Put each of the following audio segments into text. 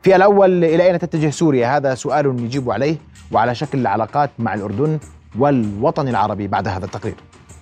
في الأول، إلى أين تتجه سوريا؟ هذا سؤال يجيب عليه وعلى شكل العلاقات مع الأردن والوطن العربي بعد هذا التقرير.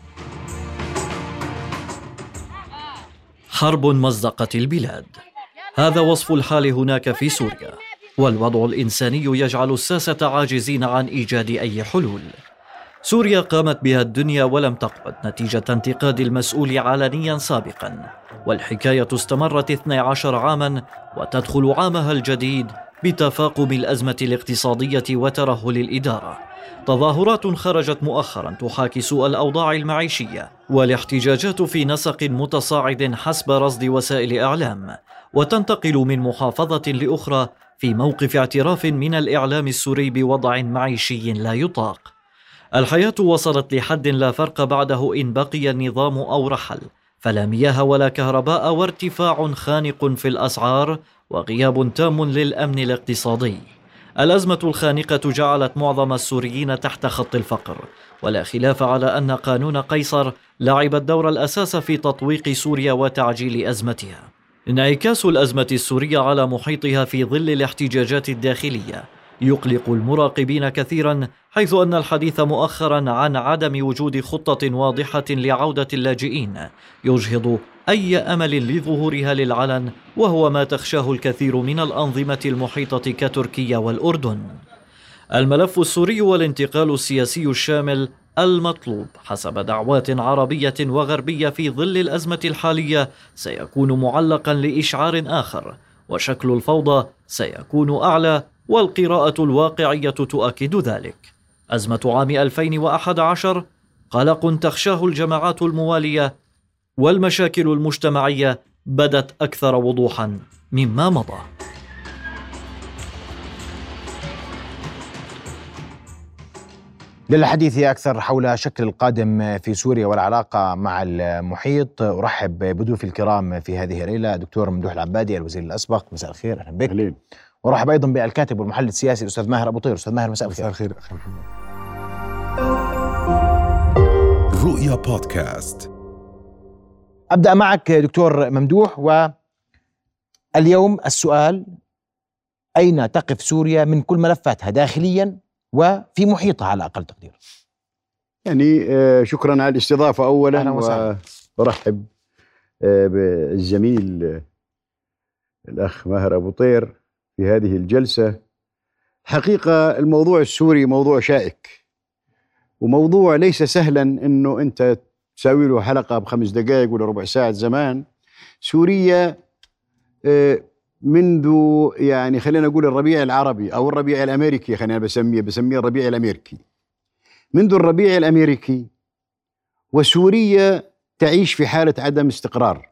حرب مزقت البلاد، هذا وصف الحال هناك في سوريا، والوضع الإنساني يجعل الساسة عاجزين عن إيجاد أي حلول. سوريا قامت بها الدنيا ولم تقعد نتيجة انتقاد المسؤول علنيا سابقا، والحكاية استمرت 12 عاما وتدخل عامها الجديد بتفاقم الأزمة الاقتصادية وترهل الإدارة. تظاهرات خرجت مؤخرا تحاكي سوء الأوضاع المعيشية، والاحتجاجات في نسق متصاعد حسب رصد وسائل الإعلام، وتنتقل من محافظة لأخرى في موقف اعتراف من الإعلام السوري بوضع معيشي لا يطاق. الحياة وصلت لحد لا فرق بعده إن بقي النظام أو رحل، فلا مياه ولا كهرباء، وارتفاع خانق في الأسعار، وغياب تام للأمن الاقتصادي. الأزمة الخانقة جعلت معظم السوريين تحت خط الفقر، ولا خلاف على أن قانون قيصر لعب الدور الأساس في تطويق سوريا وتعجيل أزمتها. انعكاس الأزمة السورية على محيطها في ظل الاحتجاجات الداخلية يقلق المراقبين كثيرا، حيث أن الحديث مؤخرا عن عدم وجود خطة واضحة لعودة اللاجئين يجهض أي أمل لظهورها للعلن، وهو ما تخشاه الكثير من الأنظمة المحيطة كتركيا والأردن. الملف السوري والانتقال السياسي الشامل المطلوب حسب دعوات عربية وغربية في ظل الأزمة الحالية سيكون معلقا لإشعار آخر، وشكل الفوضى سيكون أعلى، والقراءة الواقعية تؤكد ذلك. أزمة عام 2011 قلق تخشاه الجماعات الموالية، والمشاكل المجتمعية بدت أكثر وضوحا مما مضى. للحديث أكثر حول شكل القادم في سوريا والعلاقة مع المحيط، أرحب بضيوفي الكرام في هذه الليلة. دكتور ممدوح العبادي الوزير الأسبق، مساء الخير، أهلا بك. أهلين. ورحب أيضا بالكاتب والمحلل السياسي الأستاذ ماهر أبو طير. أستاذ ماهر، مساء الخير. مساء الخير أخي محمد. رؤيا بودكاست. أبدأ معك دكتور ممدوح، واليوم السؤال: أين تقف سوريا من كل ملفاتها داخليا وفي محيطها على أقل تقدير؟ يعني شكرا على الاستضافة أولا، وأرحب بالزميل الأخ ماهر أبو طير في هذه الجلسة. حقيقة الموضوع السوري موضوع شائك، وموضوع ليس سهلا أنه أنت تساوي له حلقة ب5 دقائق ولا ربع ساعة زمان. سوريا منذ يعني خلينا نقول الربيع العربي أو الربيع الأمريكي، خلينا بسميه الربيع الأمريكي. منذ الربيع الأمريكي وسوريا تعيش في حالة عدم استقرار.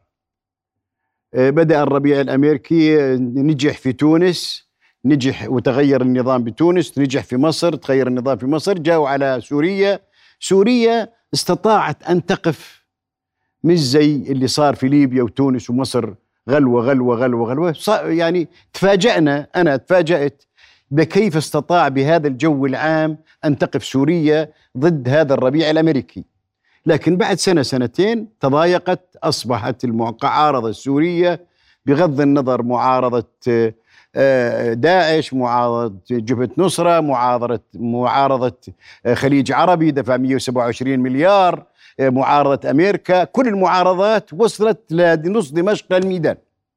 بدأ الربيع الأمريكي، نجح في تونس، نجح وتغير النظام بتونس، نجح في مصر، تغير النظام في مصر، جاءوا على سوريا استطاعت أن تقف، مش زي اللي صار في ليبيا وتونس ومصر، غلوة. يعني أنا تفاجأت بكيف استطاع بهذا الجو العام أن تقف سوريا ضد هذا الربيع الأمريكي. لكن بعد سنتين تضايقت، أصبحت المعارضة السورية بغض النظر معارضة داعش، معارضة جبهة نصرة، معارضة خليج عربي دفع 127 مليار، معارضة أمريكا، كل المعارضات وصلت لنص دمشق الميدان.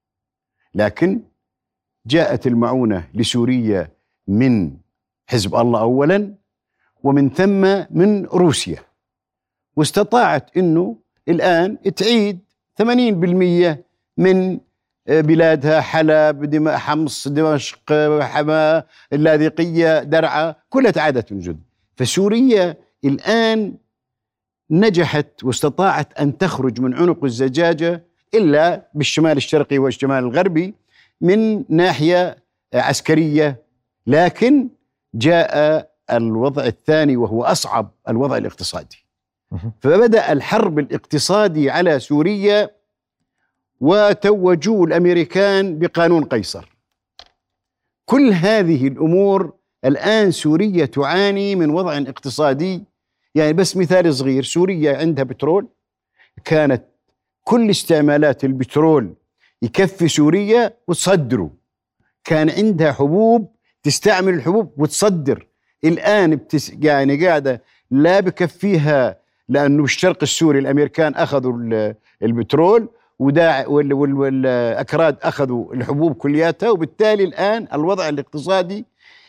لكن جاءت المعونة لسوريا من حزب الله أولا، ومن ثم من روسيا، واستطاعت أنه الآن تعيد 80% من بلادها، حلب، حمص، دمشق، حماة، اللاذقية، درعا، كلها تعادت من جد. فسوريا الآن نجحت واستطاعت أن تخرج من عنق الزجاجة، إلا بالشمال الشرقي والشمال الغربي من ناحية عسكرية. لكن جاء الوضع الثاني وهو أصعب، الوضع الاقتصادي. فبدأ الحرب الاقتصادي على سوريا، وتوجوا الأمريكان بقانون قيصر. كل هذه الأمور الآن سوريا تعاني من وضع اقتصادي. يعني بس مثال صغير، سوريا عندها بترول، كانت كل استعمالات البترول يكفي سوريا وتصدره، كان عندها حبوب، تستعمل الحبوب وتصدر. الآن يعني قاعدة لا بكفيها، لأنه الشرق السوري الأمريكان أخذوا البترول والأكراد أخذوا الحبوب كلياتها، وبالتالي الآن الوضع الاقتصادي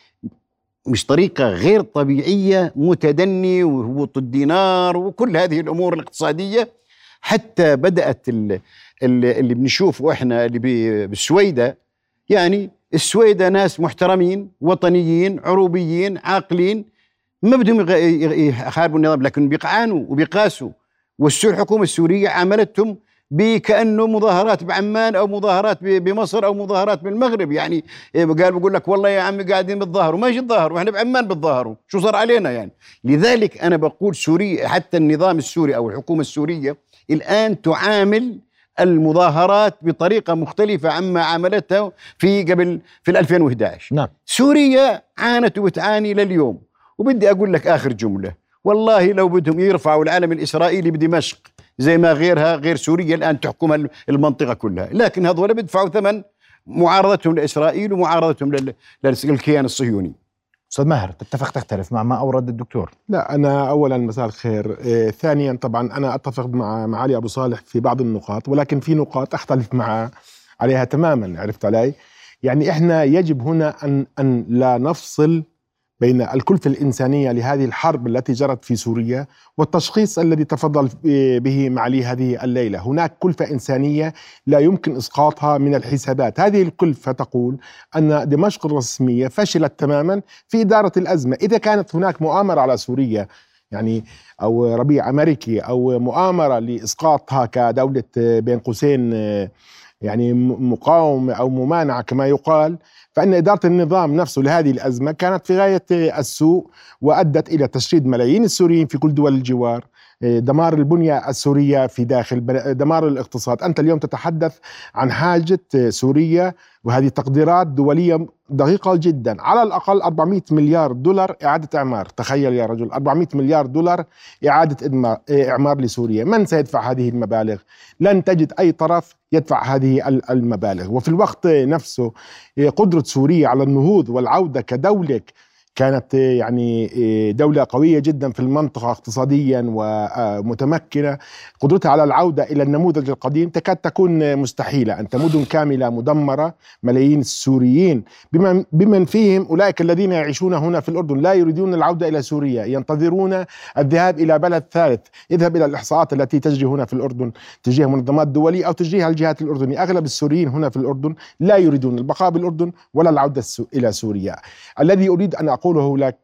مش طريقة غير طبيعية، متدني وهبوط الدينار وكل هذه الأمور الاقتصادية. حتى بدأت اللي بنشوفه إحنا اللي بالسويدة، يعني السويدة ناس محترمين وطنيين عروبيين عاقلين، ما بدهم يحاربوا النظام، لكن بيقعانوا وبيقاسوا. الحكومة السورية عملتهم كأنه مظاهرات بعمان أو مظاهرات بمصر أو مظاهرات بالمغرب. يعني بقول لك والله يا عمي قاعدين بتظاهروا، ماشي تظاهروا، احنا بعمان بتظاهروا، شو صار علينا يعني؟ لذلك أنا بقول سوريا، حتى النظام السوري أو الحكومة السورية الآن تعامل المظاهرات بطريقة مختلفة عما عملتها في 2011. نعم. سوريا عانت وبتعاني لليوم. وبدي أقول لك آخر جملة، والله لو بدهم يرفعوا العلم الإسرائيلي بدمشق زي ما غير سوريا الآن تحكمها المنطقة كلها، لكن هذول بدفعوا ثمن معارضتهم لإسرائيل ومعارضتهم للكيان الصهيوني. أستاذ ماهر، تتفق تختلف مع ما أورد الدكتور؟ لا، أنا أولا مساء الخير. ثانيا طبعا أنا أتفق مع معالي أبو صالح في بعض النقاط، ولكن في نقاط أختلف عليها تماما. عرفت علي؟ يعني إحنا يجب هنا أن لا نفصل بين الكلفة الإنسانية لهذه الحرب التي جرت في سوريا والتشخيص الذي تفضل به معالي هذه الليلة. هناك كلفة إنسانية لا يمكن إسقاطها من الحسابات. هذه الكلفة تقول أن دمشق الرسمية فشلت تماما في إدارة الأزمة. إذا كانت هناك مؤامرة على سوريا، يعني أو ربيع أمريكي أو مؤامرة لإسقاطها كدولة بين قوسين يعني مقاومة أو ممانعة كما يقال، فإن إدارة النظام نفسه لهذه الأزمة كانت في غاية السوء، وأدت إلى تشريد ملايين السوريين في كل دول الجوار، دمار البنية السورية في داخل، دمار الاقتصاد. أنت اليوم تتحدث عن حاجة سوريا، وهذه تقديرات دولية دقيقة جدا، على الأقل 400 مليار دولار إعادة إعمار. تخيل يا رجل، 400 مليار دولار إعادة إعمار لسوريا. من سيدفع هذه المبالغ؟ لن تجد أي طرف يدفع هذه المبالغ. وفي الوقت نفسه قدرة سوريا على النهوض والعودة كدولة كانت يعني دولة قوية جدا في المنطقة اقتصاديا ومتمكنة، قدرتها على العودة إلى النموذج القديم تكاد تكون مستحيلة. أنت مدن كاملة مدمرة، ملايين السوريين بمن فيهم أولئك الذين يعيشون هنا في الأردن لا يريدون العودة إلى سوريا، ينتظرون الذهاب إلى بلد ثالث. اذهب إلى الإحصاءات التي تجري هنا في الأردن تجريها منظمات دولية أو تجريها الجهات الأردنية. أغلب السوريين هنا في الأردن لا يريدون البقاء بالأردن ولا العودة إلى سوريا. الذي أريد أن أقوله لك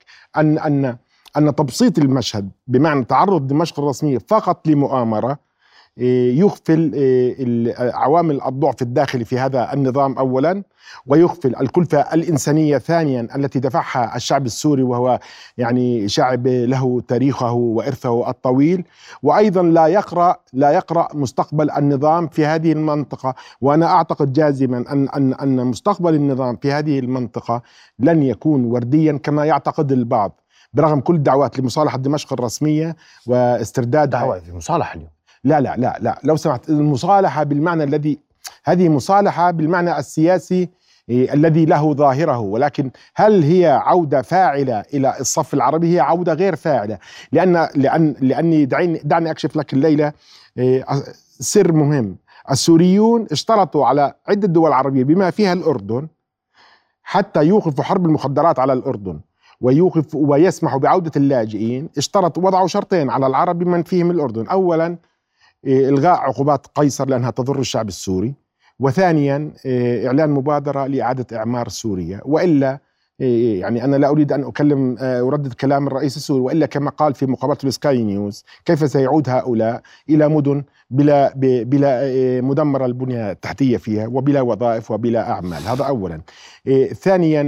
أن تبسيط المشهد بمعنى تعرض دمشق الرسمية فقط لمؤامرة يغفل عوامل الضعف الداخلي في هذا النظام أولا، ويغفل الكلفة الإنسانية ثانيا التي دفعها الشعب السوري، وهو يعني شعب له تاريخه وإرثه الطويل، وأيضا لا يقرأ مستقبل النظام في هذه المنطقة. وأنا أعتقد جازما أن مستقبل النظام في هذه المنطقة لن يكون ورديا كما يعتقد البعض، برغم كل الدعوات لمصالحة دمشق الرسمية واسترداد دعوة في مصالحة اليوم. لا لو سمحت، المصالحة بالمعنى الذي، هذه مصالحة بالمعنى السياسي الذي له ظاهره، ولكن هل هي عودة فاعلة إلى الصف العربي؟ هي عودة غير فاعلة، لأني دعني أكشف لك الليلة سر مهم. السوريون اشترطوا على عدة دول عربية بما فيها الأردن حتى يوقفوا حرب المخدرات على الأردن ويسمحوا بعودة اللاجئين. وضعوا شرطين على العرب بمن فيهم الأردن: أولا إلغاء عقوبات قيصر لأنها تضر الشعب السوري، وثانيا إعلان مبادرة لإعادة إعمار سوريا. وإلا يعني أنا لا أريد أن أردد كلام الرئيس السوري، وإلا كما قال في مقابلة السكاي نيوز: كيف سيعود هؤلاء إلى مدن بلا مدمرة البنية التحتية فيها وبلا وظائف وبلا أعمال؟ هذا أولا. ثانيا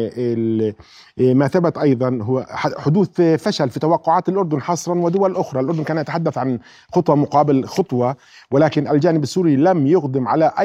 ما ثبت أيضا هو حدوث فشل في توقعات الأردن حصرا ودول أخرى. الأردن كان يتحدث عن خطوة مقابل خطوة، ولكن الجانب السوري لم يقدم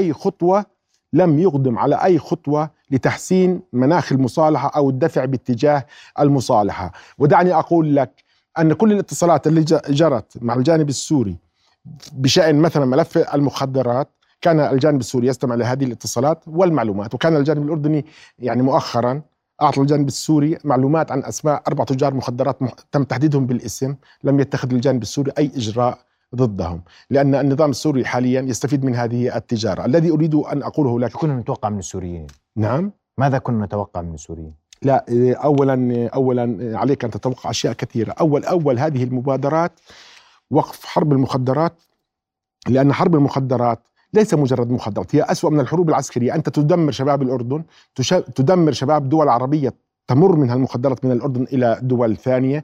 على أي خطوة لتحسين مناخ المصالحة أو الدفع باتجاه المصالحة. ودعني أقول لك أن كل الاتصالات اللي جرت مع الجانب السوري بشأن مثلا ملف المخدرات كان الجانب السوري يستمع لهذه الاتصالات والمعلومات، وكان الجانب الأردني يعني مؤخرا أعطى الجانب السوري معلومات عن أسماء 4 تجار مخدرات تم تحديدهم بالاسم. لم يتخذ الجانب السوري أي إجراء ضدهم، لأن النظام السوري حاليا يستفيد من هذه التجارة. الذي أريد أن أقوله لك، كنا نتوقع من السوريين؟ نعم، ماذا كنا نتوقع من السوريين؟ لا، أولا عليك أن تتوقع أشياء كثيرة. أول هذه المبادرات وقف حرب المخدرات، لأن حرب المخدرات ليس مجرد مخدرات، هي أسوأ من الحروب العسكرية. أنت تدمر شباب الأردن، تدمر شباب دول عربية تمر منها المخدرات من الأردن إلى دول ثانية.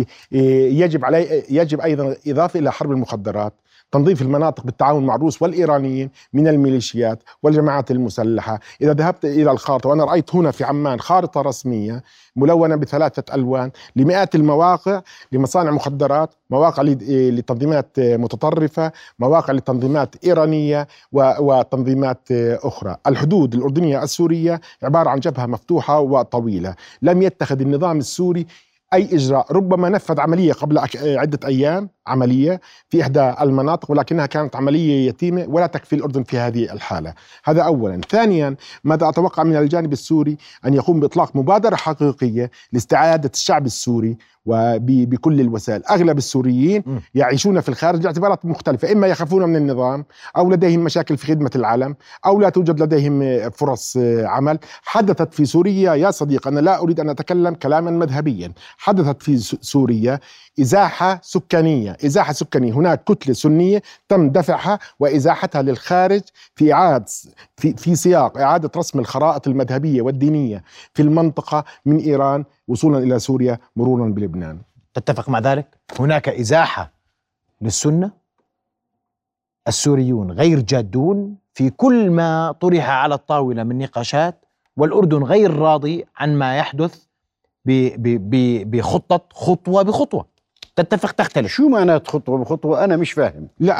يجب أيضا إضافة إلى حرب المخدرات تنظيف المناطق بالتعاون مع الروس والإيرانيين من الميليشيات والجماعات المسلحة. إذا ذهبت إلى الخارطة، وأنا رأيت هنا في عمان خارطة رسمية ملونة ب3 ألوان لمئات المواقع لمصانع مخدرات، مواقع لتنظيمات متطرفة، مواقع لتنظيمات إيرانية وتنظيمات أخرى. الحدود الأردنية السورية عبارة عن جبهة مفتوحة وطويلة. لم يتخذ النظام السوري أي إجراء، ربما نفذ عملية قبل عدة أيام، عملية في إحدى المناطق، ولكنها كانت عملية يتيمة ولا تكفي الأردن في هذه الحالة. هذا أولا. ثانيا، ماذا أتوقع من الجانب السوري؟ أن يقوم بإطلاق مبادرة حقيقية لاستعادة الشعب السوري وبكل الوسائل. أغلب السوريين يعيشون في الخارج لاعتبارات مختلفة، إما يخافون من النظام، أو لديهم مشاكل في خدمة العالم، أو لا توجد لديهم فرص عمل. حدثت في سوريا يا صديق، أنا لا أريد أن أتكلم كلاما مذهبيا، حدثت في سوريا إزاحة سكانية. هناك كتلة سنية تم دفعها وإزاحتها للخارج في سياق إعادة رسم الخرائط المذهبية والدينية في المنطقة من إيران وصولا إلى سوريا مرورا بلبنان. تتفق مع ذلك؟ هناك إزاحة للسنة، السوريون غير جادون في كل ما طرح على الطاولة من نقاشات، والأردن غير راضي عن ما يحدث خطوة بخطوة. تتفق تختلف؟ شو معنات خطوة بخطوة؟ أنا مش فاهم. لا،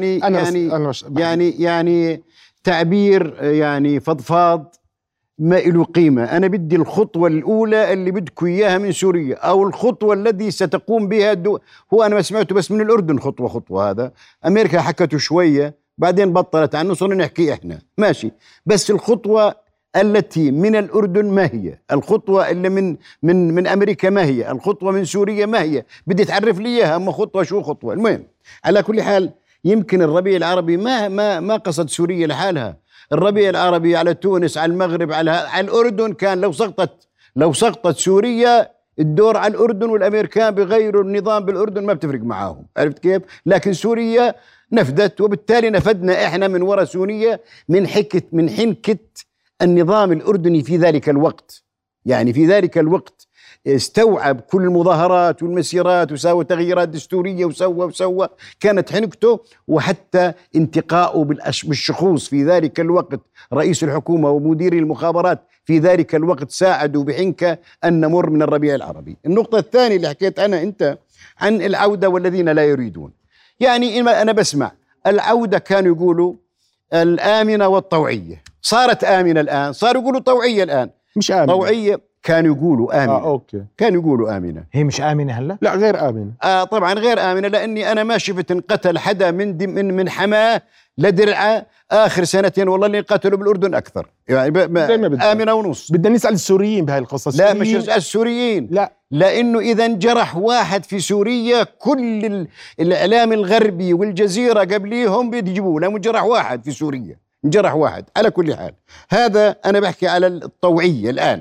يعني تعبير يعني فضفاض ما له قيمة. أنا بدي الخطوة الأولى اللي بدكم إياها من سوريا، أو الخطوة التي ستقوم بها هو أنا ما سمعته بس من الأردن خطوة. هذا أمريكا حكته شوية بعدين بطلت عنه، صرنا نحكي إحنا ماشي. بس الخطوة التي من الأردن ما هي؟ الخطوة اللي من أمريكا ما هي؟ الخطوة من سوريا ما هي؟ بدي تعرف لي إياها. أما خطوة شو خطوة؟ المهم، على كل حال، يمكن الربيع العربي ما قصد سوريا لحالها. الربيع العربي على تونس، على المغرب، على الأردن. كان لو سقطت سوريا الدور على الأردن، والأمريكان بغيروا النظام بالأردن ما بتفرق معاهم. عرفت كيف؟ لكن سوريا نفدت، وبالتالي نفدنا إحنا من وراء سوريا من حنكة النظام الأردني في ذلك الوقت. يعني في ذلك الوقت استوعب كل المظاهرات والمسيرات وساوى تغييرات دستورية وسوى كانت حنكته، وحتى انتقاؤه بالشخوص في ذلك الوقت. رئيس الحكومة ومدير المخابرات في ذلك الوقت ساعدوا بحنكة أن نمر من الربيع العربي. النقطة الثانية اللي حكيت أنت عن العودة والذين لا يريدون. يعني أنا بسمع العودة كانوا يقولوا الآمنة والطوعية، صارت آمنة الآن، صاروا يقولوا طوعية الآن. مش آمنة، طوعية. كانوا يقولوا آمنة. أوكي. كانوا يقولوا آمنة. هي مش آمنة هلا؟ لا، غير آمنة. طبعا غير آمنة، لأني أنا ما شفت انقتل حدا من حماه لدرعة آخر سنتين. والله اللي قتلوا بالأردن أكثر. يعني آمنة ونص. بدنا نسأل السوريين بهاي القصة. لا، مش نسأل السوريين. لا، لأنه إذا انجرح واحد في سوريا كل الإعلام الغربي والجزيرة قبليهم بيجيبوه. لا، انجرح واحد في سوريا، انجرح واحد. على كل حال، هذا أنا بحكي على الطوعية الآن.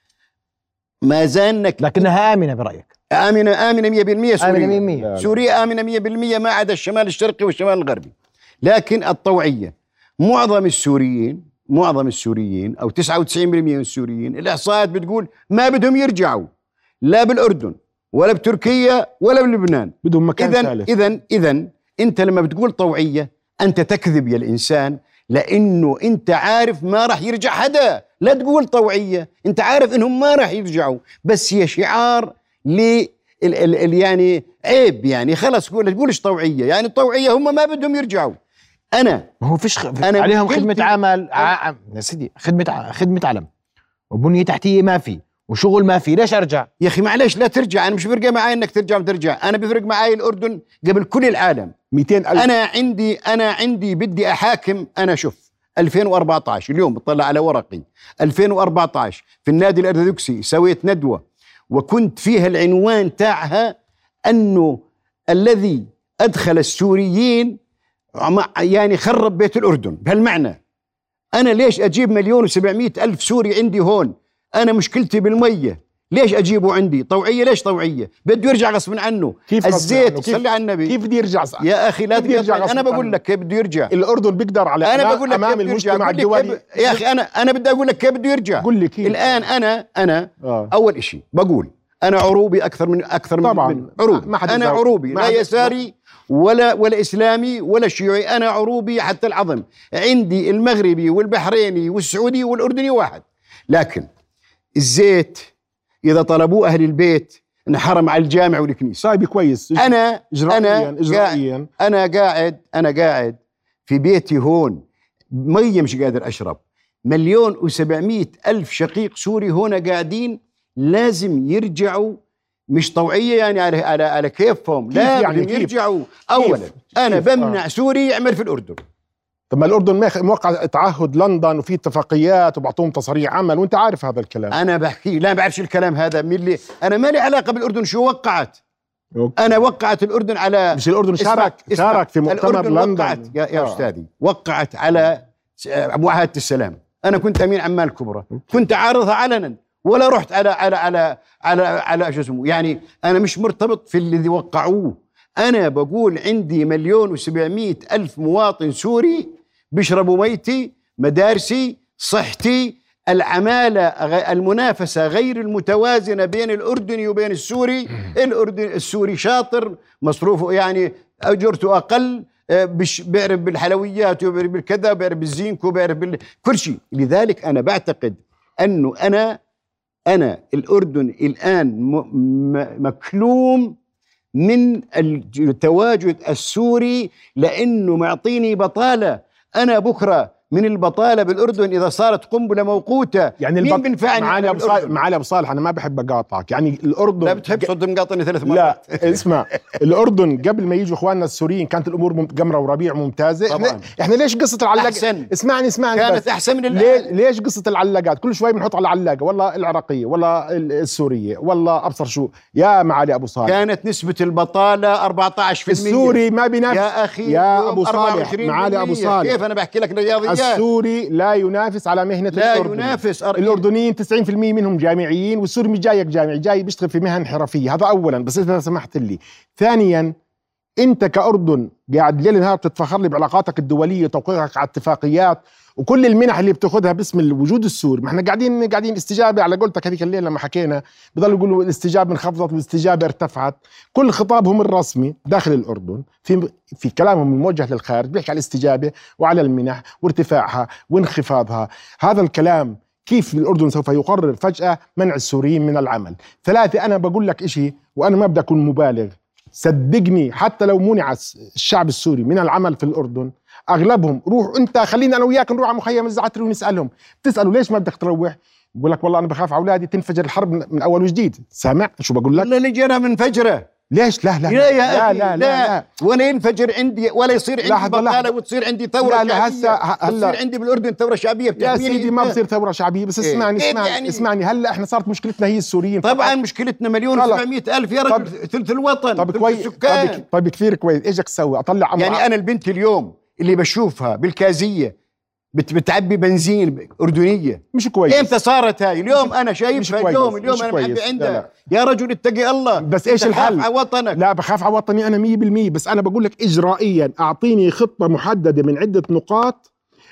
ما زالنك لكنها آمنة برأيك؟ آمنة 100%. سوريا سوريا آمنة 100%، ما عدا الشمال الشرقي والشمال الغربي. لكن الطوعية، معظم السوريين أو 99% من السوريين، الإحصاءات بتقول ما بدهم يرجعوا، لا بالأردن ولا بتركيا ولا بلبنان، بدهم مكان ثالث. إذن أنت لما بتقول طوعية أنت تكذب يا الإنسان، لأنه أنت عارف ما راح يرجع حدا. لا تقول طوعية، أنت عارف إنهم ما راح يرجعوا، بس هي شعار يعني عيب. يعني خلص تقولش طوعية، يعني الطوعية هم ما بدهم يرجعوا. ما هو فيش عليهم خدمة عمل يا سيدي، خدمة علم وبنية تحتية ما في وشغل ما في، ليش أرجع؟ يا أخي معلش لا ترجع. أنا مش بفرق معي إنك ترجع وترجع، أنا بفرق معي الأردن قبل كل العالم 200,000. أنا عندي بدي أحاكم. أنا شوف 2014 اليوم بطلع على ورقي 2014 في النادي الأرثوذكسي سويت ندوة وكنت فيها العنوان تاعها أنه الذي أدخل السوريين يعني خرب بيت الأردن. بهالمعنى أنا ليش أجيب 1,700,000 سوري عندي هون؟ أنا مشكلتي بالمية، ليش أجيبه عندي؟ طوعية. ليش طوعية؟ بده يرجع غصب عنه. كيف الزيت صلي على النبي. كيف بده يرجع؟ يا أخي لا ترجع. أنا بقول لك كيف بده يرجع. الأردن بيقدر على أنا بقول لك أمام المجتمع الدولي. يا أخي أنا بدي أقول لك كيف بده يرجع. قل لي كيف. الآن أنا أول إشي بقول أنا عروبي أكثر طبعا من عروبي. أنا عروبي لا يساري ولا إسلامي ولا شيوعي. أنا عروبي حتى العظم. عندي المغربي والبحريني والسعودي والأردني واحد. لكن الزيت إذا طلبوه أهل البيت انحرم على الجامع والكنيسة. طيب كويس. إجرائيا أنا قاعد في بيتي هون مية مش قادر أشرب. 1,700,000 شقيق سوري هون قاعدين لازم يرجعوا. مش طوعية يعني على كيفهم. لا يعني يرجعوا. أولا أنا بمنع سوري يعمل في الأردن. طب ما الأردن موقع تعهد لندن وفي اتفاقيات وبعطوهم تصريح عمل وانت عارف هذا الكلام. أنا بحكي لا بعرفش الكلام هذا من اللي أنا ما لي علاقة بالأردن. شو وقعت؟ أنا وقعت الأردن على مش الأردن شارك في مؤتمر لندن. يا أستاذي وقعت على معاهدة السلام. أنا كنت أمين عمان الكبرى. كنت عارضها علنا ولا رحت على شو اسمه يعني. أنا مش مرتبط في الذي وقعوه. أنا بقول عندي 1,700,000 مواطن سوري بيشربوا ميتي، مدارسي، صحتي، العمالة المنافسة غير المتوازنة بين الأردني وبين السوري. السوري شاطر مصروفه يعني أجرته أقل، بيعرف بالحلويات وبيعرف بالكذا وبيعرف بالزينك وبيعرف كل شيء. لذلك أنا بعتقد أنه أنا الأردن الآن مكلوم من التواجد السوري لأنه معطيني بطالة. أنا بكرة من البطالة بالأردن إذا صارت قنبلة موقوتة يعني مين بنفعني؟ معالي أبو صالح أنا ما بحب أقاطعك. يعني الأردن لا بتحب صد مقاطعني 3 مرات. لا اسمع الأردن قبل ما يجوا إخواننا السوريين كانت الأمور قمرة وربيع ممتازة. إحنا ليش قصة العلاقات؟ اسمعني كانت أحسن من ليش قصة العلاقات كل شوي بنحط على العلاقة والله العراقية والله السورية والله أبصر شو. يا معالي أبو صالح كانت نسبة البطالة 14%. السوري ما بينافس يا أخي يا أبو صالح. معالي أبو صالح كيف أنا بحكي لك رياضيات. السوري لا ينافس على مهنة الأردن. ينافس. الأردنيين 90% منهم جامعيين والسوري مش جايك جامعي جاي بيشتغل في مهن حرفية. هذا أولا بس إذا سمحت لي. ثانيا أنت كأردن قاعد ليل نهار بتتفخر لي بعلاقاتك الدولية وتوقيعك على اتفاقيات وكل المنح اللي بتاخذها باسم الوجود السوري. ما احنا قاعدين استجابة على قولتك هذيك الليلة لما حكينا بضلوا يقولوا الاستجابة انخفضت والاستجابة ارتفعت. كل خطابهم الرسمي داخل الأردن في كلامهم الموجه للخارج بيحكي على الاستجابة وعلى المنح وارتفاعها وانخفاضها. هذا الكلام كيف الأردن سوف يقرر فجأة منع السوريين من العمل؟ 3 أنا بقول لك إشي وأنا ما بدي أكون مبالغ صدقني حتى لو منع الشعب السوري من العمل في الأردن اغلبهم روح انت خلينا انا وياك نروح على مخيم الزعتري ونسالهم. بتسالوا ليش ما بدك تروح؟ بقول لك والله انا بخاف على اولادي تنفجر الحرب من اول وجديد. سامع شو بقول لك؟ والله اللي جينا منفجره. ليش؟ لا لا لا يا أخي لا ولا ينفجر عندي ولا يصير عندي بطاله وتصير عندي ثوره شعبيه. هلا عندي بالاردن ثوره شعبيه يا سيدي ما بصير ثوره شعبيه بس اسمعني يعني اسمعني هلا احنا صارت مشكلتنا هي السوريين. طبعا مشكلتنا 1,700,000 يا رجل ثلث الوطن. طب كويس طيب كثير كويس. ايش بدك تسوي؟ اطلع يعني انا البنت اليوم اللي بشوفها بالكازيه بتعبي بنزين أردنية مش كويس. امتى صارت هاي؟ اليوم انا شايفها اليوم انا محبي عندها. يا رجل اتقي الله. بس ايش الحل؟ على وطنك. لا بخاف على وطني انا 100%. بس انا بقول لك اجرائيا اعطيني خطة محددة من عدة نقاط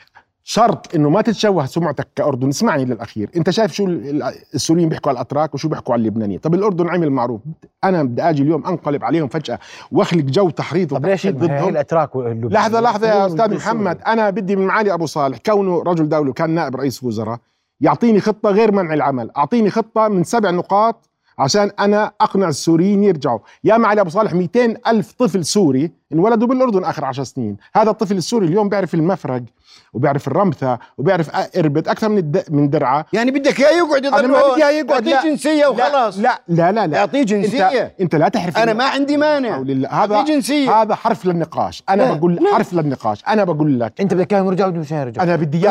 شرط انه ما تتشوه سمعتك كأردن. اسمعني للاخير. انت شايف شو السوريين بيحكوا على الاتراك وشو بيحكوا على اللبنانيين. طب الاردن عمل معروف. انا بدي اجي اليوم انقلب عليهم فجأة واخلق جو تحريض وتحشيد ضدهم الاتراك واللبنانيين. لحظة يا استاذ محمد. انا بدي من معالي ابو صالح كونه رجل دولة وكان نائب رئيس وزراء يعطيني خطة غير منع العمل. اعطيني خطة من 7 نقاط عشان أنا أقنع السوريين يرجعوا. يا معالي أبو صالح 200,000 طفل سوري انولدوا بالأردن آخر 10 سنين. هذا الطفل السوري اليوم بيعرف المفرق وبيعرف الرمثة وبيعرف إربد أكثر من درعة. يعني بدك إياه يقعد أنا ما بدي إياه يقعد، يعطيه جنسية وخلاص. لا يعطيه جنسية. أنت لا تحرف. أنا ما عندي مانع. هذا جنسية. هذا حرف للنقاش. أنا بقول حرف للنقاش. أنا بقول لك انت بدك اياهم يرجعوا مش يرجع. أنا بدي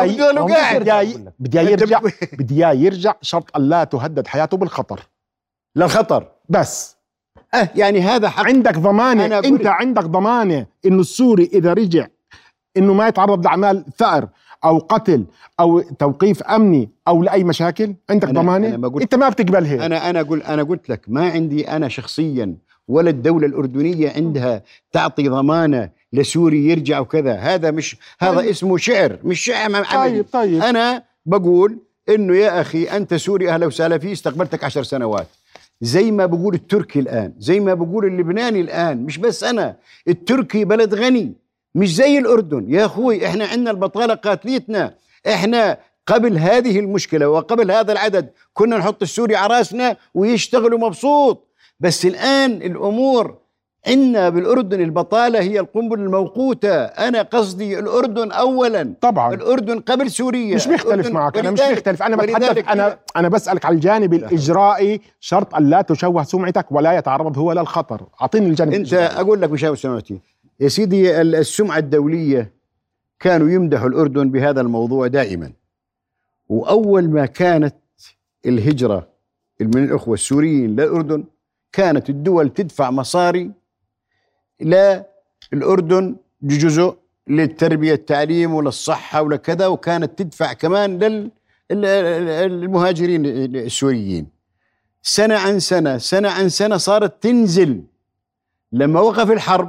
إياه يرجع شرط أن لا تهدد حياته بالخطر. للخطر بس يعني هذا حق. عندك ضمانة؟ أنت عندك ضمانة إنه السوري إذا رجع إنه ما يتعرض لأعمال ثأر أو قتل أو توقيف أمني أو لأي مشاكل؟ عندك ضمانة؟ أنت ما بتقبل هيك. أنا قلت لك ما عندي أنا شخصيا ولا الدولة الأردنية عندها تعطي ضمانة لسوري يرجع وكذا. هذا مش هذا اسمه شعر، مش شعر عملي. طيب. أنا بقول إنه يا أخي أنت سوري أهلا وسهلا فيه، استقبلتك 10 سنوات زي ما بقول التركي الآن، زي ما بقول اللبناني الآن. مش بس أنا، التركي بلد غني مش زي الأردن يا أخوي. إحنا عندنا البطالة قاتلتنا. إحنا قبل هذه المشكلة وقبل هذا العدد كنا نحط السوري على راسنا ويشتغلوا مبسوط. بس الآن الأمور عندنا بالأردن البطالة هي القنبلة الموقوتة. أنا قصدي الأردن أولا طبعا، الأردن قبل سوريا. مش بيختلف معك، أنا مش بيختلف. أنا بتحدث، أنا بسألك على الجانب الإجرائي. شرط أن لا تشوه سمعتك ولا يتعرض هو للخطر. أعطيني الجانب أنت الإجرائي. أقول لك مشاوي سمعتي يا سيدي. السمعة الدولية كانوا يمدحوا الأردن بهذا الموضوع دائما. وأول ما كانت الهجرة من الأخوة السوريين للأردن كانت الدول تدفع مصاري للأردن جزء للتربية التعليم وللصحة ولكذا، وكانت تدفع كمان للمهاجرين السوريين. سنة عن سنة صارت تنزل. لما وقف الحرب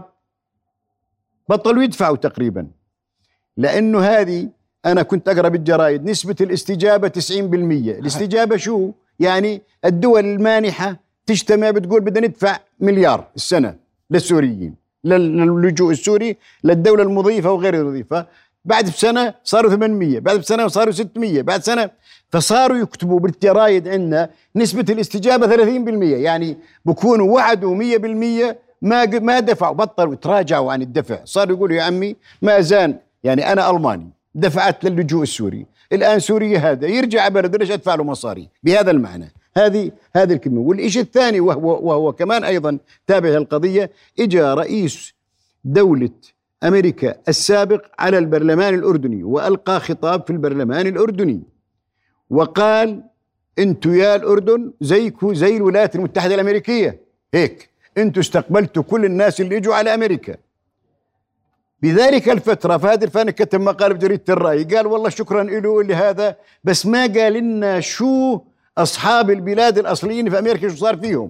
بطلوا يدفعوا تقريبا، لأنه هذه أنا كنت أقرأ بالجرائد نسبة الاستجابة 90%. الاستجابة شو؟ يعني الدول المانحة تجتمع بتقول بدنا ندفع مليار السنة للسوريين، للجوء السوري، للدولة المضيفة وغير المضيفة. بعد سنة صاروا 800، بعد سنة صاروا 600، بعد سنة. فصاروا يكتبوا بالجرايد عندنا نسبة الاستجابة 30%. يعني بكونوا وعدوا 100% ما دفعوا، بطلوا تراجعوا عن الدفع. صاروا يقولوا يا عمي ما زال، يعني أنا ألماني دفعت للجوء السوري، الآن سوريا هذا يرجع بلده ليش أدفع له مصاري؟ بهذا المعنى. هذه الكلمة. والإشي الثاني وهو كمان أيضا تابع للقضية، إجا رئيس دولة أمريكا السابق على البرلمان الأردني وألقى خطاب في البرلمان الأردني وقال أنتوا يا الأردن زيكوا زي الولايات المتحدة الأمريكية، هيك أنتوا استقبلتوا كل الناس اللي إجوا على أمريكا. بذلك الفترة في هذه الفانة كتب مقال بجريدة الرأي قال والله شكرا له لهذا، بس ما قال لنا شو أصحاب البلاد الأصليين في أمريكا شو صار فيهم.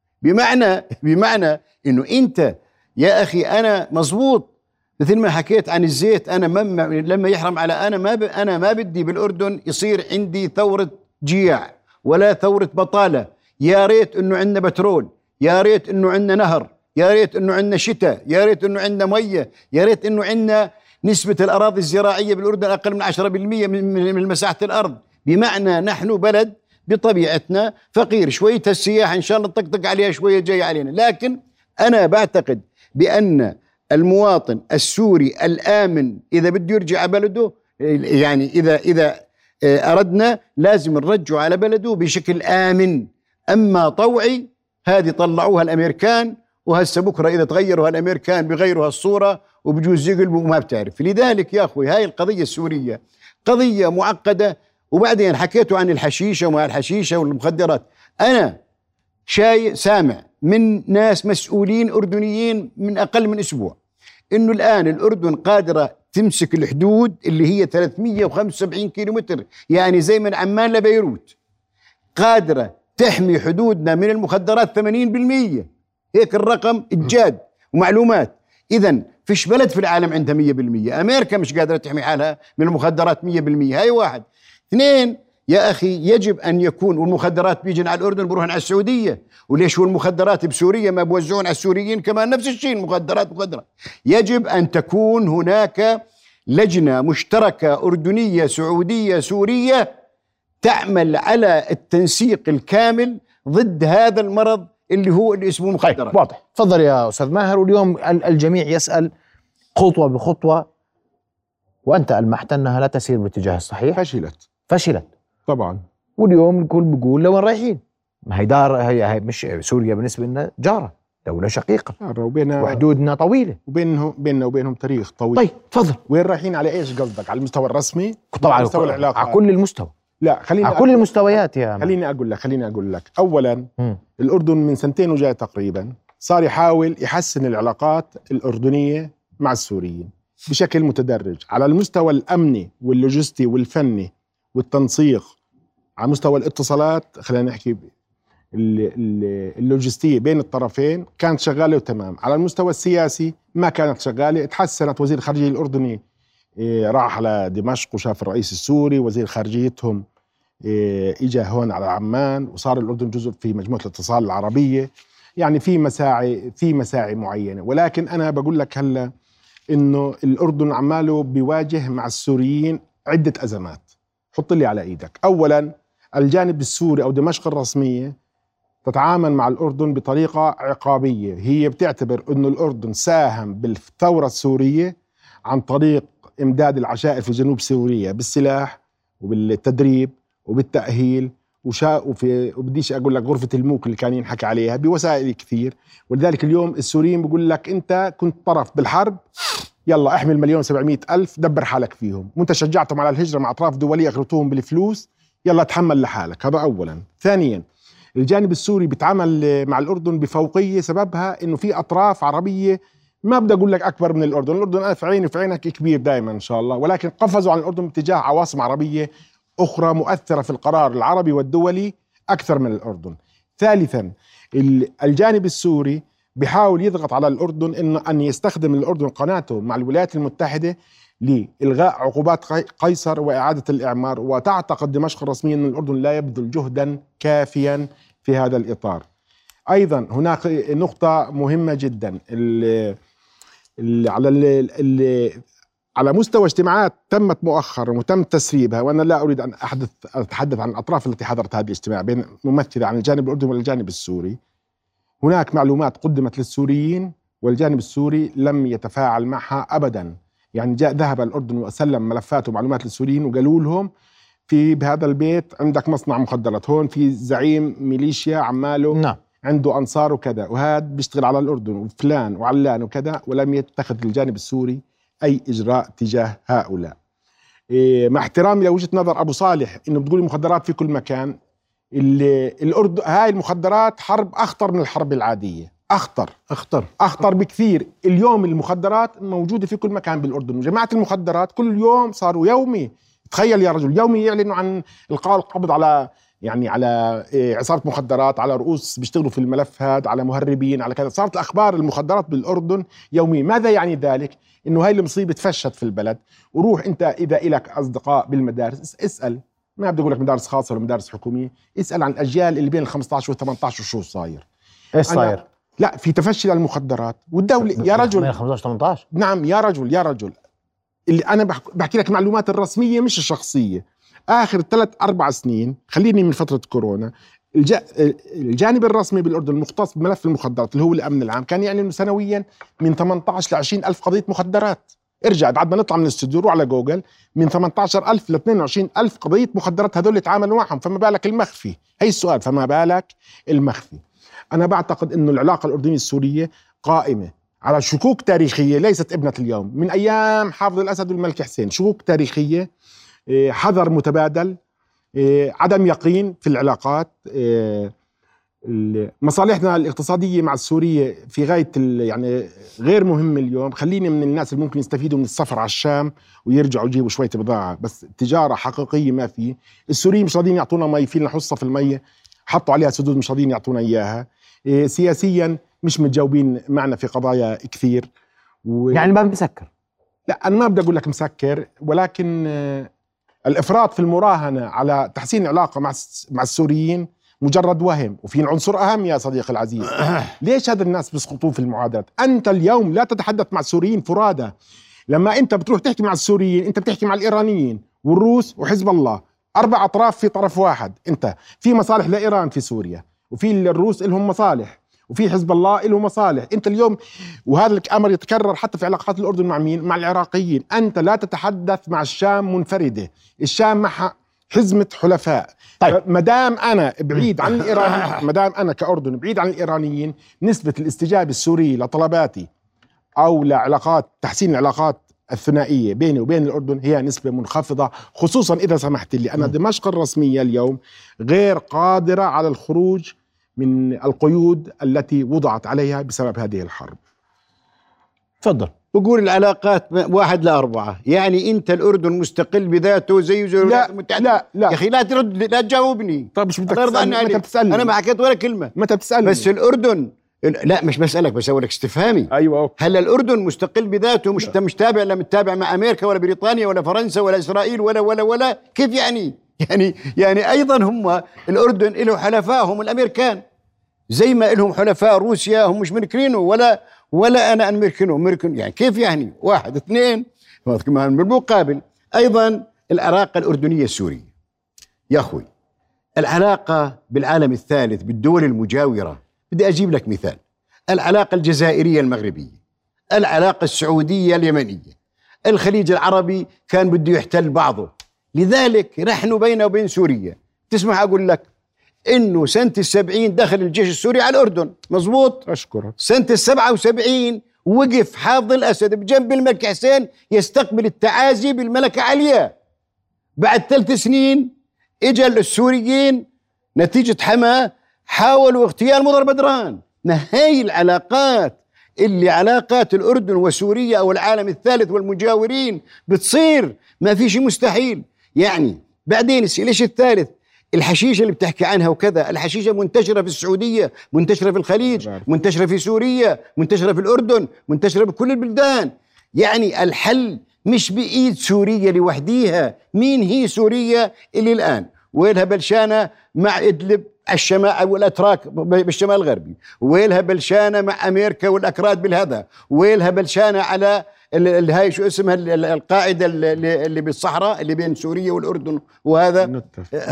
بمعنى إنه أنت يا أخي أنا مزبوط مثل ما حكيت عن الزيت. أنا لما يحرم على أنا ما بدي بالأردن يصير عندي ثورة جياع ولا ثورة بطالة. يا ريت إنه عندنا بترول، يا ريت إنه عندنا نهر، يا ريت إنه عندنا شتاء، يا ريت إنه عندنا مية، يا ريت إنه عندنا نسبة الأراضي الزراعية بالأردن أقل من 10% من مساحة الأرض. بمعنى نحن بلد بطبيعتنا فقير، شوية السياحة إن شاء الله نطقطق عليها شوية جاي علينا. لكن أنا بعتقد بأن المواطن السوري الآمن إذا بده يرجع بلده، يعني إذا أردنا لازم نرجعه على بلده بشكل آمن. أما طوعي هذه طلعوها الأمريكان، وهسه بكرة إذا تغيروا الأمريكان بغيروا هالصورة وبجوز يقلبوا وما بتعرف. لذلك يا أخوي هاي القضية السورية قضية معقدة. وبعدين حكيتوا عن الحشيشة وما الحشيشة والمخدرات. أنا سامع من ناس مسؤولين أردنيين من أقل من أسبوع إنه الآن الأردن قادرة تمسك الحدود اللي هي 375 كيلومتر، يعني زي من عمان لبيروت، قادرة تحمي حدودنا من المخدرات 80%. هيك الرقم الجاد ومعلومات. إذن فيش بلد في العالم عندها 100%. أمريكا مش قادرة تحمي حالها من المخدرات 100%. هاي واحد. اثنين يا أخي يجب أن يكون، والمخدرات بيجن على الأردن بروحن على السعودية، وليش والمخدرات بسوريا ما بوزعون على السوريين كمان نفس الشيء المخدرات. يجب أن تكون هناك لجنة مشتركة أردنية سعودية سورية تعمل على التنسيق الكامل ضد هذا المرض اللي اسمه مخدرات. واضح. تفضل يا أستاذ ماهر. واليوم الجميع يسأل خطوة بخطوة، وأنت ألمحت أنها لا تسير باتجاه الصحيح. فشلت طبعا. واليوم الكل بيقول لوين رايحين؟ ما هي دار، هي مش سوريا بالنسبة لنا جارة، دولة شقيقة وحدودنا طويلة بيننا وبينهم تاريخ طويل. طيب تفضل. وين رايحين على ايش قصدك؟ على المستوى الرسمي؟ طبعا على مستوى العلاقة، على كل المستوى. لا على كل المستويات يا خليني اقول لك اولا الاردن من 2 وجاي تقريبا صار يحاول يحسن العلاقات الاردنيه مع السوريين بشكل متدرج على المستوى الامني واللوجستي والفني والتنسيق، على مستوى الاتصالات خلينا نحكي اللوجستيه بين الطرفين كانت شغاله وتمام. على المستوى السياسي ما كانت شغاله، تحسنت. وزير الخارجيه الاردني راح على دمشق وشاف الرئيس السوري، وزير خارجيتهم اجى هون على عمان، وصار الاردن جزء في مجموعه الاتصال العربيه. يعني في مساعي معينه، ولكن انا بقول لك هلا انه الاردن عماله بيواجه مع السوريين عده ازمات. حط لي على ايدك. اولا الجانب السوري او دمشق الرسميه تتعامل مع الاردن بطريقه عقابيه، هي بتعتبر انه الاردن ساهم بالثوره السوريه عن طريق امداد العشائر في جنوب سوريا بالسلاح وبالتدريب وبالتأهيل وبديش أقول لك غرفة الموك اللي كان ينحكي عليها بوسائل كثير. ولذلك اليوم السوريين بيقول لك أنت كنت طرف بالحرب، يلا احمل 1,700,000 دبر حالك فيهم، وأنت شجعتهم على الهجرة مع أطراف دولية أغرتوهم بالفلوس، يلا تحمل لحالك. هذا أولا. ثانيا الجانب السوري بيتعامل مع الأردن بفوقية، سببها إنه في أطراف عربية ما بدي أقول لك أكبر من الأردن، الأردن أنا في عيني في عينك كبير دائما إن شاء الله، ولكن قفزوا عن الأردن باتجاه عواصم عربية أخرى مؤثرة في القرار العربي والدولي أكثر من الأردن. ثالثا الجانب السوري بيحاول يضغط على الأردن إنه أن يستخدم الأردن قناته مع الولايات المتحدة لإلغاء عقوبات قيصر وإعادة الإعمار، وتعتقد دمشق الرسمية أن الأردن لا يبذل جهدا كافيا في هذا الإطار. أيضا هناك نقطة مهمة جدا على مستوى اجتماعات تمت مؤخرا وتم تسريبها، وأنا لا أريد أن أتحدث عن الأطراف التي حضرت هذه الاجتماع بين ممثلة عن الجانب الأردني والجانب السوري. هناك معلومات قدمت للسوريين والجانب السوري لم يتفاعل معها أبدا. يعني ذهب الأردن وسلم ملفات ومعلومات للسوريين وقالوا لهم بهذا البيت عندك مصنع مخدرات، هون في زعيم ميليشيا عماله عنده أنصار وكذا، وهذا بيشتغل على الأردن وفلان وعلان وكذا، ولم يتخذ الجانب السوري أي إجراء تجاه هؤلاء. مع احترامي لوجهة نظر أبو صالح إنه بتقول المخدرات في كل مكان، الأردن هاي المخدرات حرب أخطر من الحرب العادية، أخطر بكثير. اليوم المخدرات موجودة في كل مكان بالأردن، وجماعة المخدرات كل يوم صاروا يومي، تخيل يا رجل، يومي يعلنوا عن إلقاء القبض على عصابة مخدرات، على رؤوس بيشتغلوا في الملف هذا، على مهربين، على كذا. صارت الأخبار المخدرات بالأردن يومي. ماذا يعني ذلك؟ إنه هاي المصيبة تفشت في البلد. وروح أنت إذا إلك أصدقاء بالمدارس اسأل، ما بدي أقول لك مدارس خاصة ولا مدارس حكومية، اسأل عن الأجيال اللي بين 15 و18 شو صاير. إيش صاير؟ لا، في تفشي للمخدرات والدولة يا رجل. بين 15 و18؟ نعم يا رجل اللي أنا بحكي لك معلومات الرسمية مش الشخصية. آخر 3-4 سنين، خليني من فترة كورونا، الجانب الرسمي بالأردن المختص بملف المخدرات اللي هو الأمن العام كان يعلن سنويا من 18 ل 20 ألف قضية مخدرات. ارجع بعد ما نطلع من الاستوديو روح على جوجل، من 18 ألف ل 22 ألف قضية مخدرات هذول يتعاملوا معهم. فما بالك المخفي؟ هي السؤال، فما بالك المخفي؟ أنا بعتقد إنه العلاقة الأردنية السورية قائمة على شكوك تاريخية ليست ابنة اليوم، من أيام حافظ الأسد والملك حسين. شكوك تاريخية، حذر متبادل، عدم يقين في العلاقات، مصالحنا الاقتصادية مع السورية في غاية يعني غير مهم اليوم. خليني من الناس اللي ممكن يستفيدوا من السفر على الشام ويرجعوا يجيبوا شوية بضاعة، بس تجارة حقيقية ما في. السوريين مش راضيين يعطونا مي، فينا حصة في المية حطوا عليها سدود مش راضيين يعطونا إياها. سياسيا مش متجاوبين معنا في قضايا كثير يعني ما مسكر. لا أنا ما بدي أقول لك مسكر، ولكن الإفراط في المراهنة على تحسين العلاقة مع السوريين مجرد وهم. وفي عنصر أهم يا صديقي العزيز، ليش هذا الناس بيسقطوا في المعادلات؟ أنت اليوم لا تتحدث مع السوريين فرادى. لما أنت بتروح تحكي مع السوريين أنت بتحكي مع الإيرانيين والروس وحزب الله، 4 أطراف في طرف واحد. أنت في مصالح لإيران في سوريا، وفي الروس لهم مصالح، وفي حزب الله له مصالح. انت اليوم وهذا الامر يتكرر حتى في علاقات الاردن مع مين؟ مع العراقيين. انت لا تتحدث مع الشام منفرده، الشام مع حزمه حلفاء. طيب ما دام انا بعيد عن الايرانيين، ما دام انا كاردن بعيد عن الايرانيين، نسبه الاستجابه السوري لطلباتي او لعلاقات تحسين العلاقات الثنائيه بيني وبين الاردن هي نسبه منخفضه، خصوصا اذا سمحت لي. انا دمشق الرسميه اليوم غير قادره على الخروج من القيود التي وضعت عليها بسبب هذه الحرب. تفضل. بقول العلاقات 1-4، يعني انت الاردن مستقل بذاته زي الولايات المتحده. لا يا اخي لا ترد، لا تجاوبني. طيب مش بدك تسالني؟ متى بتسالني؟ انا ما حكيت ولا كلمه. متى بتسالني؟ بس الاردن، لا مش بسالك، بس اقول لك استفهامي. ايوه أوكي. هل الاردن مستقل بذاته، مش تابع، لا متابع مع امريكا ولا بريطانيا ولا فرنسا ولا اسرائيل ولا كيف يعني؟ يعني ايضا هم الاردن له حلفائهم الامريكان، زي ما لهم حلفاء روسيا هم مش منكرينه ولا انا امريكانه. يعني كيف يعني؟ 1 2 كمان بالمقابل ايضا العلاقه الاردنيه السوريه. يا اخوي العلاقه بالعالم الثالث بالدول المجاوره، بدي اجيب لك مثال: العلاقه الجزائريه المغربيه، العلاقه السعوديه اليمنيه، الخليج العربي كان بده يحتل بعضه، لذلك نحن بيننا وبين سوريا. تسمح اقول لك انه سنة 70 دخل الجيش السوري على الاردن، مزبوط؟ اشكرك. سنة 77 وقف حافظ الاسد بجنب الملك حسين يستقبل التعازي بالملكة عليا. بعد 3 سنين اجى السوريين نتيجة حما حاولوا اغتيال مضر بدران. ما هي العلاقات اللي علاقات الأردن وسوريا أو العالم الثالث والمجاورين بتصير، ما في شيء مستحيل. يعني بعدين ليش الثالث؟ الحشيشة اللي بتحكي عنها وكذا، الحشيشة منتشرة في السعودية، منتشرة في الخليج، منتشرة في سوريا، منتشرة في الأردن، منتشرة بكل البلدان. يعني الحل مش بإيد سوريا لوحديها. مين هي سوريا اللي الآن ويلها بلشانة مع إدلب الشمال والأتراك بالشمال الغربي، ويلها بلشانة مع أمريكا والأكراد بالهذا، ويلها بلشانة على هاي شو اسمها القاعدة اللي بالصحراء اللي بين سوريا والأردن، وهذا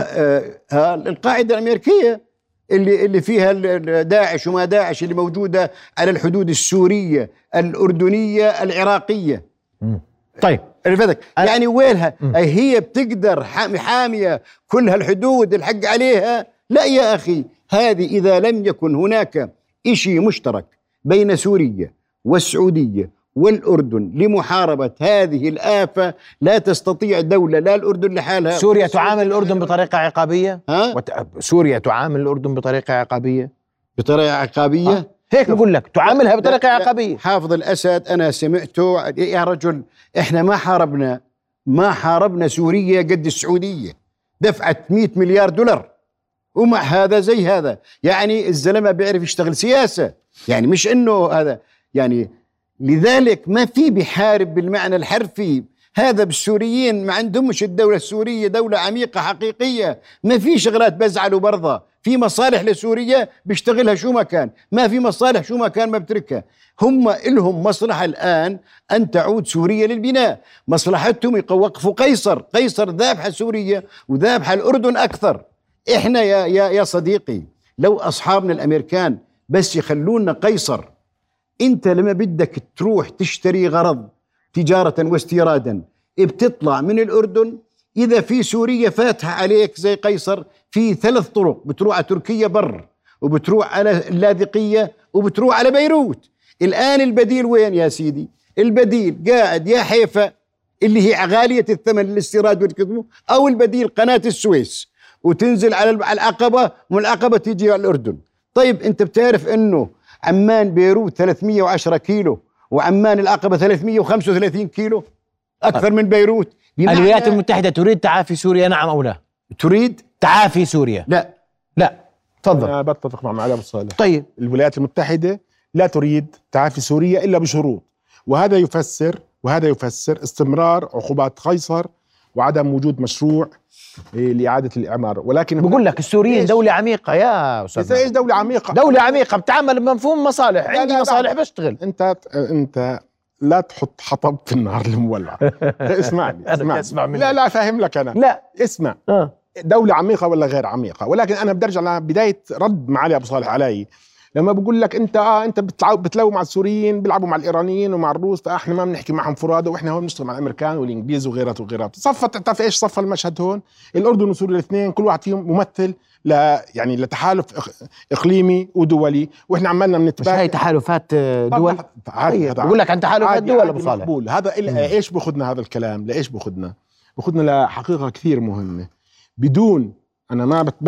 القاعدة الأمريكية اللي فيها داعش وما داعش اللي موجودة على الحدود السورية الأردنية العراقية. طيب يعني ويلها هي بتقدر حامية كل هالحدود الحق عليها؟ لا يا أخي، هذه إذا لم يكن هناك إشي مشترك بين سوريا والسعودية والأردن لمحاربة هذه الآفة، لا تستطيع دولة، لا الأردن لحالها. سوريا تعامل الأردن بطريقة عقابية؟ سوريا تعامل الأردن بطريقة عقابية؟ بطريقة عقابية؟ هيك بقول لك تعاملها بطريقة عقابية. حافظ الأسد أنا سمعته يا رجل، إحنا ما حاربنا سوريا قد السعودية، دفعت 100 مليار دولار، ومع هذا زي هذا. يعني الزلمة بيعرف يشتغل سياسة، يعني مش إنه هذا يعني. لذلك ما في بحارب بالمعنى الحرفي. هذا بالسوريين ما عندهمش الدولة السورية دولة عميقة حقيقية، ما في شغلات بزعل وبرضى، في مصالح لسوريا بيشتغلها شو ما كان، ما في مصالح شو ما كان ما بتركها. هم إلهم مصلحة الآن أن تعود سوريا للبناء، مصلحتهم يوقفوا قيصر ذابحة سوريا وذابحة الأردن أكثر. إحنا يا صديقي لو أصحابنا الأمريكان بس يخلونا قيصر. أنت لما بدك تروح تشتري غرض تجارة واستيرادا بتطلع من الأردن، إذا في سوريا فاتحة عليك زي قيصر في 3 طرق، بتروح على تركيا بر، وبتروح على اللاذقية، وبتروح على بيروت. الآن البديل وين يا سيدي؟ البديل قاعد يا حيفا اللي هي غالية الثمن للاستيراد والكذب، أو البديل قناة السويس وتنزل على العقبة، ومن العقبة تيجي على الأردن. طيب أنت بتعرف أنه عمان بيروت 310 كيلو، وعمان العقبة 335 كيلو، أكثر من بيروت. الولايات المتحدة تريد تعافي سوريا، نعم أو لا؟ تريد تعافي سوريا؟ لا تفضل. أنا بتفق مع علي أبو صالح. طيب الولايات المتحدة لا تريد تعافي سوريا إلا بشروط، وهذا يفسر استمرار عقوبات قيصر وعدم وجود مشروع لإعادة الإعمار. ولكن بقول لك السوريين دولة عميقة يا أستاذ. إيش دولة عميقة؟ دولة عميقة بتعمل بمفهوم مصالح. عندي مصالح بشتغل. أنت لا تحط حطب في النار المولع. اسمعني. اسمع مني. لا فاهم لك أنا. لا اسمع. دولة عميقة ولا غير عميقة. ولكن أنا بدي أرجع لبداية رد معالي أبو صالح علي لما بقول لك أنت بتلعبوا مع السوريين، بيلعبوا مع الإيرانيين ومع الروس، فإحنا ما بنحكي معهم فرادة، وإحنا هون بنشتغل مع الأمريكان والإنجليز وغيرات وغيرات. تعرف إيش صفى المشهد هون؟ الأردن وسوريا الاثنين كل واحد فيهم ممثل يعني لتحالف إقليمي ودولي، وإحنا عمالنا بنتبادل. مش هاي تحالفات دول؟ بقول لك عن تحالفات دول أبو صالح. هذا إيش بأخذنا هذا الكلام؟ لإيش بأخذنا لحقيقة كثير مهمة. بدون أنا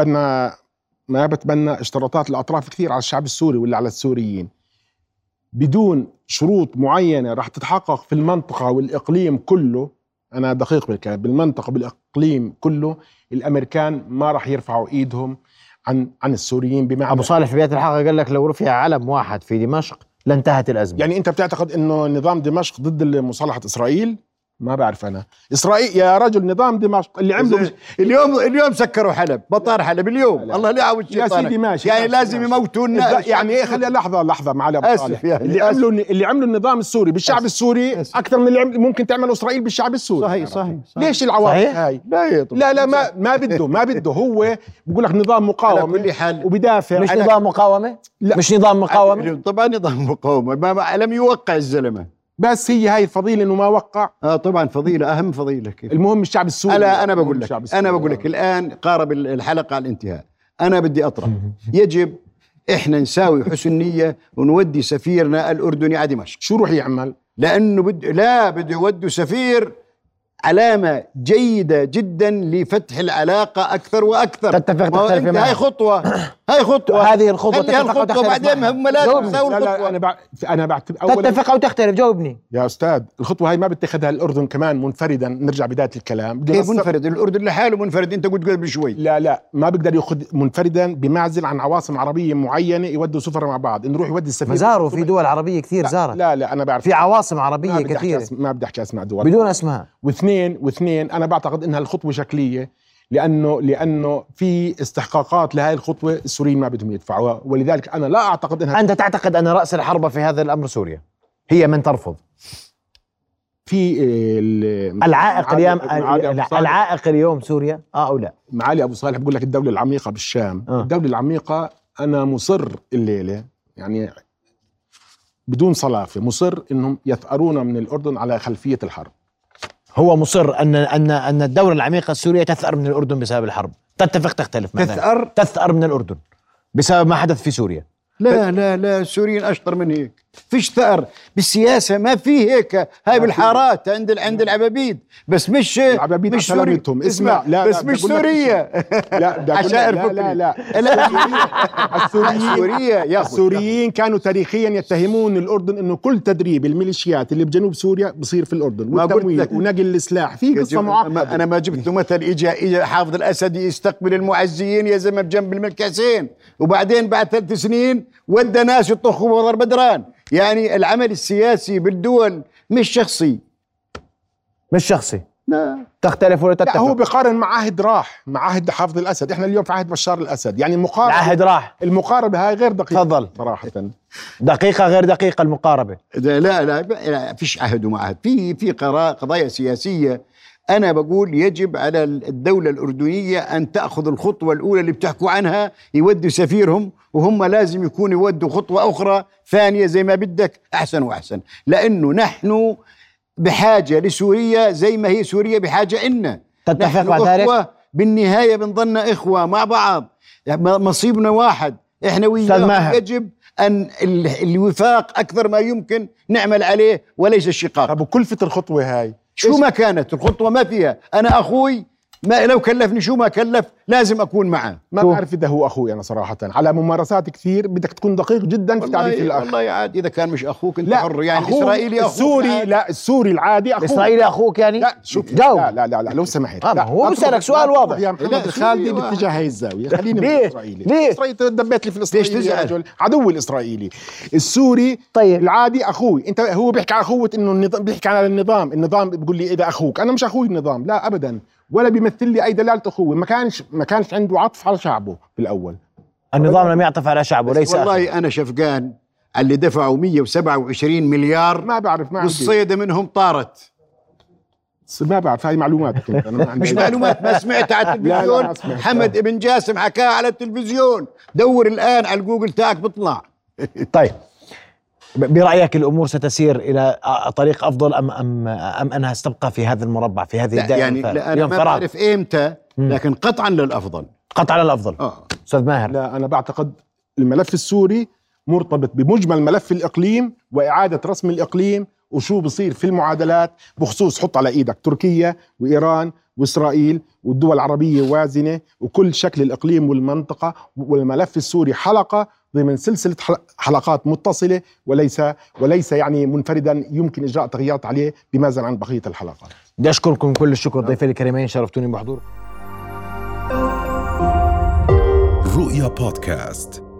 ما بتبنى اشتراطات الأطراف كثير على الشعب السوري ولا على السوريين. بدون شروط معينة راح تتحقق في المنطقة والإقليم كله، أنا دقيق بالكلام، بالمنطقة بالإقليم كله، الأمريكان ما راح يرفعوا إيدهم عن السوريين. بمعنى أبو صالح في بداية الحلقة قال لك لو رفع علم واحد في دمشق لانتهت الأزمة. يعني أنت بتعتقد إنه نظام دمشق ضد مصالحة إسرائيل؟ ما بعرف أنا. إسرائيل يا رجل، نظام دمشق اللي عملوا اليوم سكروا حلب، مطار حلب اليوم. لا. الله لا يعوض يا سيدي ماشي، يعني لازم يموتونا. يعني ايه، خلينا لحظة معالي أبو صالح. يعني اللي عملوا النظام السوري بالشعب السوري أكثر من اللي ممكن تعمله إسرائيل بالشعب السوري. صحيح. ليش العواطف هاي؟ لا ما بده هو بيقول لك نظام مقاومة وبدافع. مش نظام مقاومة؟ لا مش نظام مقاومة. طبعا نظام مقاومة، ما لم يوقع الزلمة. بس هي هاي الفضيلة إنه ما وقع. طبعا فضيلة، أهم فضيلة. كيف؟ المهم الشعب السوري. أنا بقول لك الآن قارب الحلقة على الانتهاء. أنا بدي أطرح يجب إحنا نساوي حسن نية ونودي سفيرنا الأردني على دمشق. شو روح يعمل؟ لأنه بده يودوا سفير، علامة جيدة جدا لفتح العلاقة أكثر وأكثر. تتفق تختلف معه؟ هاي خطوة هذه الخطوة تتفق بعدين هم لازم يساووا الخطوة. أنا بعتبر تتفق أو تختلف. جاوبني يا أستاذ. الخطوة هاي ما بتاخذها الأردن كمان منفردا. نرجع بداية الكلام. كيف منفرد؟ الأردن لحاله منفرد. أنت قلت قبل شوي لا ما بقدر يأخذ منفردا بمعزل عن عواصم عربية معينة يودوا سفراء مع بعض. نروح يودي السفير. زاروا في دول عربية كثير زارت. لا أنا بعرف في عواصم عربية كثيرة. ما بدي أحكي أسماء دول بدون أسماء. واثنين أنا بعتقد إنها الخطوة شكلية، لأنه في استحقاقات لهذه الخطوة السوريين ما بدهم يدفعوها، ولذلك أنا لا أعتقد إنها. أنت تعتقد أن رأس الحربة في هذا الأمر سوريا؟ هي من ترفض؟ في العائق اليوم، العائق اليوم سوريا أو لا؟ معالي أبو صالح بقول لك الدولة العميقة بالشام. الدولة العميقة أنا مصر الليلة، يعني بدون صلافة، مصر إنهم يثأرون من الأردن على خلفية الحرب. هو مصر أن الدولة العميقة السورية تثأر من الأردن بسبب الحرب. تتفق تختلف مع تثأر من الأردن بسبب ما حدث في سوريا؟ لا السوريين أشطر من هيك. فيش ثأر بالسياسة، ما في هيك. هاي بالحارات عند العبابيد، بس مش سوريا. اسمع بس مش سوريا. لا السوريين كانوا تاريخيا يتهمون الأردن إنه كل تدريب الميليشيات اللي بجنوب سوريا بصير في الأردن، والتمويل ونقل السلاح. في قصة معقدة. أنا ما جبت مثل إجا حافظ الأسد يستقبل المعزيين يا زلمة بجنب الملك حسين، وبعدين بعد 3 سنين ودى ناس يطخوا بضرب بدران. يعني العمل السياسي بالدول مش شخصي. لا تختلف ولا تتفق؟ لا هو بقارن مع عهد حافظ الأسد. احنا اليوم في عهد بشار الأسد، يعني العهد راح. المقاربة هاي غير دقيقة. تفضل. صراحة دقيقة غير دقيقة المقاربة. لا فيش عهد ومعهد. في قضايا سياسية. أنا بقول يجب على الدولة الأردنية أن تأخذ الخطوة الأولى اللي بتحكوا عنها، يودوا سفيرهم، وهم لازم يكونوا يودوا خطوة أخرى ثانية زي ما بدك، أحسن وأحسن. لأنه نحن بحاجة لسوريا زي ما هي سوريا بحاجة إلنا. تتفق مع ذلك؟ بالنهاية بنضلنا إخوة مع بعض، مصيبنا واحد إحنا وياه. يجب أن الوفاق أكثر ما يمكن نعمل عليه وليس الشقاق. طب وكلفة الخطوة هاي شو ما كانت الخطوة ما فيها. أنا أخوي ما لو كلفني شو ما كلف لازم أكون معه. ما بعرف إذا هو أخوي. أنا صراحة على ممارسات كثير بدك تكون دقيق جدا في تعريف الأخ. والله عاد إذا كان مش أخوك أنت حر. يعني الإسرائيلي أخوك، السوري لا، السوري العادي أخوك. الإسرائيلي أخوك يعني؟ لا شوف، لا لو سمحت. هو بسألك سؤال واضح يا محمد الخالدي باتجاه هاي الزاوية. خليني من الإسرائيلي. ليه؟ دبيت لي في الإسرائيلي يا رجل. عدو الإسرائيلي. السوري طيب العادي أخوي. أنت هو بيحكي على أخوة، إنه النظام بيحكي على النظام بيقول لي إذا أخوك. أنا مش أخوي النظام، لا أبدا، ولا بيمثل لي أي دلالة أخوة. ما كانش عنده عطف على شعبه في الأول. النظام لم يعطف على شعبه ليس والله أخي. أنا شفقان على اللي دفعوا 127 مليار، ما بعرف، ما والصيدة منهم طارت. ما بعرف، هاي معلوماتك انت. أنا مش معلومات، ما سمعت على التلفزيون. ما سمعت. حمد ابن جاسم حكاها على التلفزيون، دور الآن على الجوجل تاعك بطلع. طيب برأيك الأمور ستسير إلى طريق أفضل أم أنها ستبقى في هذا المربع، في هذه الدائرة؟ يعني لا، أنا ما بعرف إمتى، لكن قطعا للأفضل. قطعا للأفضل. أستاذ ماهر. لا، أنا بعتقد الملف السوري مرتبط بمجمل ملف الإقليم وإعادة رسم الإقليم، وشو بصير في المعادلات بخصوص، حط على إيدك تركيا وإيران وإسرائيل والدول العربية وازنة وكل شكل الإقليم والمنطقة، والملف السوري حلقة ضمن سلسلة حلقات متصلة، وليس يعني منفردا يمكن إجراء تغييرات عليه بمازن عن بقية الحلقات. بدي أشكركم كل الشكر ضيفي الكريمين، شرفتوني بحضور رؤيا بودكاست.